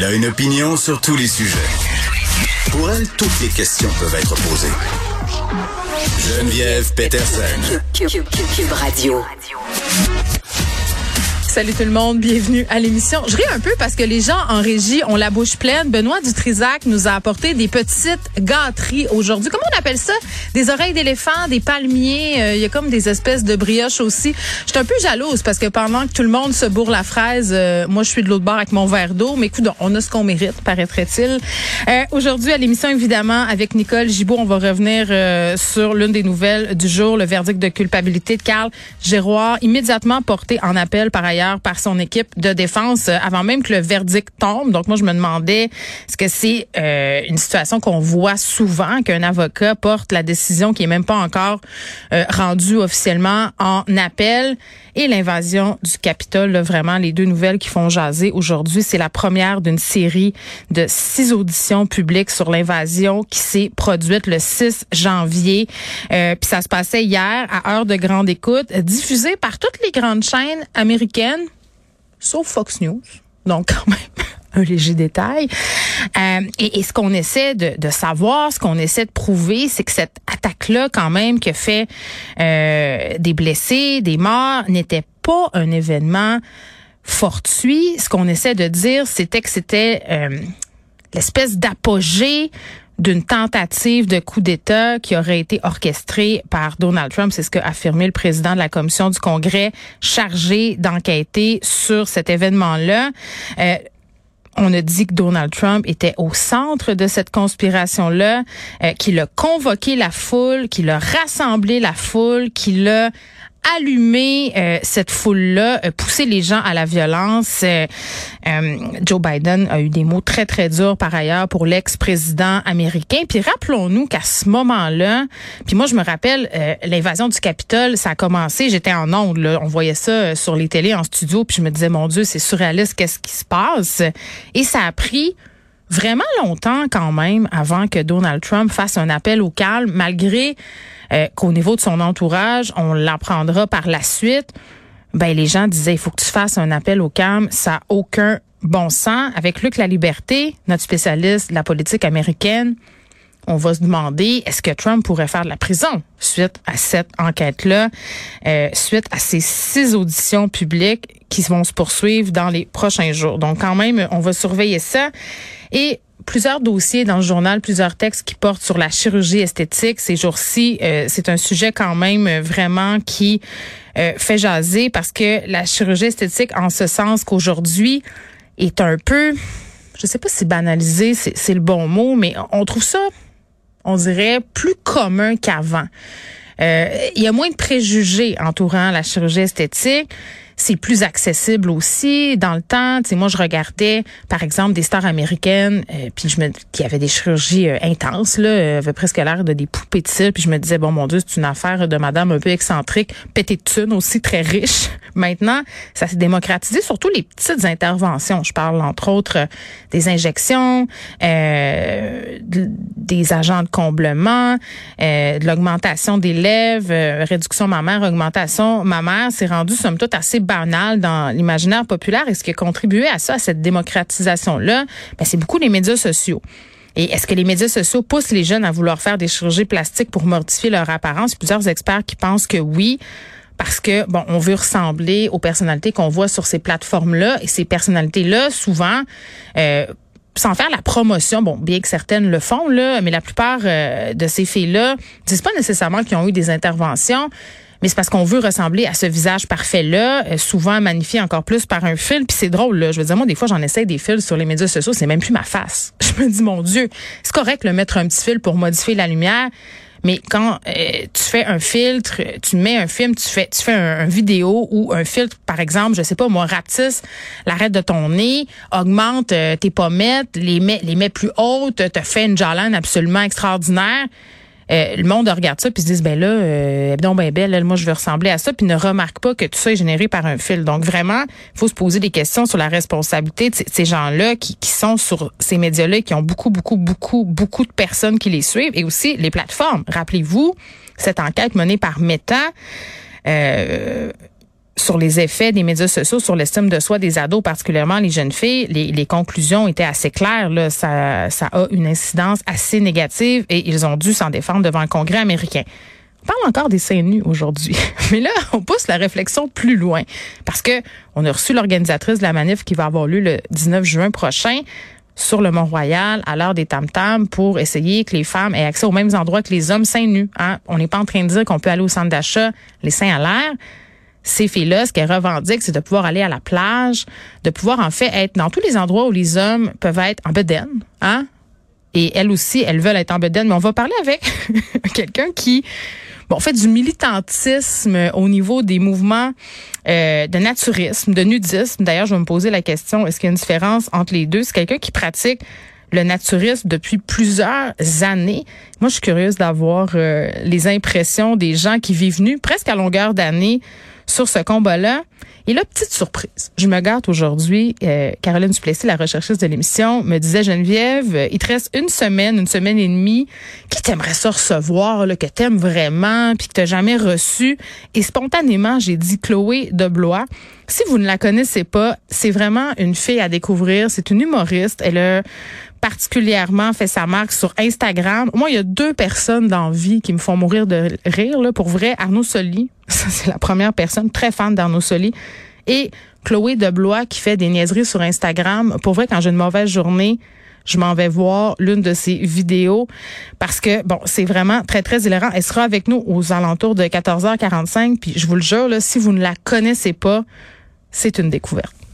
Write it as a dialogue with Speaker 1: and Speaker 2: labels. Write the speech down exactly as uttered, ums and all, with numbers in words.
Speaker 1: a une opinion sur tous les sujets. Pour elle, toutes les questions peuvent être posées. Geneviève Peterson.
Speaker 2: Cube, Cube, Cube, Cube Radio.
Speaker 3: Salut tout le monde, bienvenue à l'émission. Je ris un peu parce que les gens en régie ont la bouche pleine. Benoît Dutrisac nous a apporté des petites gâteries aujourd'hui. Comment on appelle ça? Des oreilles d'éléphant, des palmiers. Il euh, y a comme des espèces de brioches aussi. Je suis un peu jalouse parce que pendant que tout le monde se bourre la fraise, euh, moi je suis de l'autre bord avec mon verre d'eau. Mais écoute, on a ce qu'on mérite, paraîtrait-il. Euh, aujourd'hui à l'émission, évidemment, avec Nicole Gibault, on va revenir euh, sur l'une des nouvelles du jour, le verdict de culpabilité de Carl Giroir, immédiatement porté en appel par ailleurs par son équipe de défense euh, avant même que le verdict tombe. Donc moi je me demandais, est-ce que c'est euh, une situation qu'on voit souvent, qu'un avocat porte la décision qui est même pas encore euh, rendue officiellement en appel? Et l'invasion du Capitole, là, vraiment les deux nouvelles qui font jaser aujourd'hui, c'est la première d'une série de six auditions publiques sur l'invasion qui s'est produite le six janvier. Euh, puis ça se passait hier à heure de grande écoute, diffusée par toutes les grandes chaînes américaines, sauf Fox News. Donc, quand même, un léger détail. Euh, et, et ce qu'on essaie de, de savoir, ce qu'on essaie de prouver, c'est que cette attaque-là, quand même, qui a fait euh, des blessés, des morts, n'était pas un événement fortuit. Ce qu'on essaie de dire, c'était que c'était euh, l'espèce d'apogée d'une tentative de coup d'État qui aurait été orchestrée par Donald Trump. C'est ce qu'a affirmé le président de la commission du Congrès chargé d'enquêter sur cet événement-là. Euh, On a dit que Donald Trump était au centre de cette conspiration-là, euh, qu'il a convoqué la foule, qu'il a rassemblé la foule, qu'il a allumé euh, cette foule-là, euh, poussé les gens à la violence. Euh, euh, Joe Biden a eu des mots très, très durs par ailleurs pour l'ex-président américain. Puis rappelons-nous qu'à ce moment-là, puis moi je me rappelle, euh, l'invasion du Capitole, ça a commencé, j'étais en ondes, là, on voyait ça euh, sur les télés en studio, puis je me disais, mon Dieu, c'est surréaliste, qu'est-ce qui se passe? Et ça a pris vraiment longtemps quand même avant que Donald Trump fasse un appel au calme, malgré euh, qu'au niveau de son entourage, on l'apprendra par la suite, ben les gens disaient, il faut que tu fasses un appel au calme, ça n'a aucun bon sens. Avec Luc Laliberté, notre spécialiste de la politique américaine, on va se demander, est-ce que Trump pourrait faire de la prison suite à cette enquête-là, euh, suite à ces six auditions publiques qui vont se poursuivre dans les prochains jours. Donc, quand même, on va surveiller ça. Et plusieurs dossiers dans le journal, plusieurs textes qui portent sur la chirurgie esthétique. Ces jours-ci, euh, c'est un sujet quand même vraiment qui euh, fait jaser parce que la chirurgie esthétique, en ce sens qu'aujourd'hui, est un peu, je sais pas si banalisé, c'est, c'est le bon mot, mais on trouve ça, on dirait, plus commun qu'avant. Euh, il y a moins de préjugés entourant la chirurgie esthétique. C'est plus accessible aussi. Dans le temps, tu sais, moi, je regardais, par exemple, des stars américaines, euh, puis je me, qui avaient des chirurgies euh, intenses, là, euh, avaient presque l'air de des poupées de cire, puis je me disais, bon, mon Dieu, c'est une affaire de madame un peu excentrique, pétée de thunes aussi, très riche. Maintenant, ça s'est démocratisé, surtout les petites interventions. Je parle, entre autres, euh, des injections, euh, de, des agents de comblement, euh, de l'augmentation des lèvres, euh, réduction mammaire, augmentation mammaire. C'est rendu, somme toute, assez banal dans l'imaginaire populaire. Et ce qui a contribué à ça, à cette démocratisation-là, ben, c'est beaucoup les médias sociaux. Et est-ce que les médias sociaux poussent les jeunes à vouloir faire des chirurgies plastiques pour modifier leur apparence? Il y a plusieurs experts qui pensent que oui, parce que, bon, on veut ressembler aux personnalités qu'on voit sur ces plateformes-là. Et ces personnalités-là, souvent, euh, sans faire la promotion, bon, bien que certaines le font, là, mais la plupart euh, de ces filles-là disent pas nécessairement qu'ils ont eu des interventions, mais c'est parce qu'on veut ressembler à ce visage parfait-là, euh, souvent magnifié encore plus par un fil. Puis c'est drôle, là. Je veux dire, moi, des fois, j'en essaie des fils sur les médias sociaux, c'est même plus ma face. Je me dis, mon Dieu, c'est correct de mettre un petit fil pour modifier la lumière, mais quand euh, tu fais un filtre, tu mets un film, tu fais tu fais un, un vidéo ou un filtre, par exemple, je sais pas, moi, rapetisse l'arête de ton nez, augmente euh, tes pommettes, les met, les met plus hautes, te fait une jawline absolument extraordinaire. Euh, le monde regarde ça puis se dit ben là euh, elle est donc ben belle, elle, moi je veux ressembler à ça, puis ne remarque pas que tout ça est généré par un fil. Donc vraiment, il faut se poser des questions sur la responsabilité de c- ces gens-là qui, qui sont sur ces médias-là, qui ont beaucoup beaucoup beaucoup beaucoup de personnes qui les suivent, et aussi les plateformes. Rappelez-vous cette enquête menée par Meta. Euh,
Speaker 2: sur les effets des médias sociaux sur l'estime de soi des ados, particulièrement les jeunes filles. Les, les conclusions étaient assez claires. Là. Ça, ça a une incidence assez négative et ils ont dû s'en défendre devant le Congrès américain. On parle encore des seins nus aujourd'hui. Mais là, on pousse la réflexion plus loin parce que on a reçu l'organisatrice de la manif qui va avoir lieu le dix-neuf juin prochain sur le Mont-Royal à l'heure des tam-tams pour essayer que les femmes aient accès aux mêmes endroits que les hommes seins nus. Hein? On n'est pas en train de dire qu'on peut aller au centre d'achat les seins à l'air. Ces filles-là, ce qu'elles revendiquent, c'est de pouvoir aller à la plage, de pouvoir en fait être dans tous les endroits où les hommes peuvent être en bedaine, hein? Et elles aussi, elles veulent être en bedaine. Mais on va parler avec quelqu'un qui, bon, fait du militantisme au niveau des mouvements euh, de naturisme, de nudisme. D'ailleurs, je vais me poser la question, est-ce qu'il y a une différence entre les deux? C'est quelqu'un qui pratique le naturisme depuis plusieurs années. Moi, je suis curieuse d'avoir euh, les impressions des gens qui vivent nus presque à longueur d'année sur ce combat-là. Et là, petite surprise, je me gâte aujourd'hui. Euh, Caroline Duplessis, la recherchiste de l'émission, me disait, Geneviève, euh, il te reste une semaine, une semaine et demie. Qui t'aimerait ça recevoir, là, que t'aimes vraiment, puis que t'as jamais reçu? Et spontanément, j'ai dit Chloé de Blois. Si vous ne la connaissez pas, c'est vraiment une fille à découvrir. C'est une humoriste. Elle a particulièrement fait sa marque sur Instagram. Moi, il y a deux personnes dans la vie qui me font mourir de rire. Là. Pour vrai, Arnaud Soli, ça c'est la première personne, très fan d'Arnaud Soli. Et Chloé de Blois qui fait des niaiseries sur Instagram. Pour vrai, quand j'ai une mauvaise journée, je m'en vais voir l'une de ses vidéos parce que, bon, c'est vraiment très, très hilarant. Elle sera avec nous aux alentours de quatorze heures quarante-cinq. Puis je vous le jure, là, si vous ne la connaissez pas, c'est une découverte.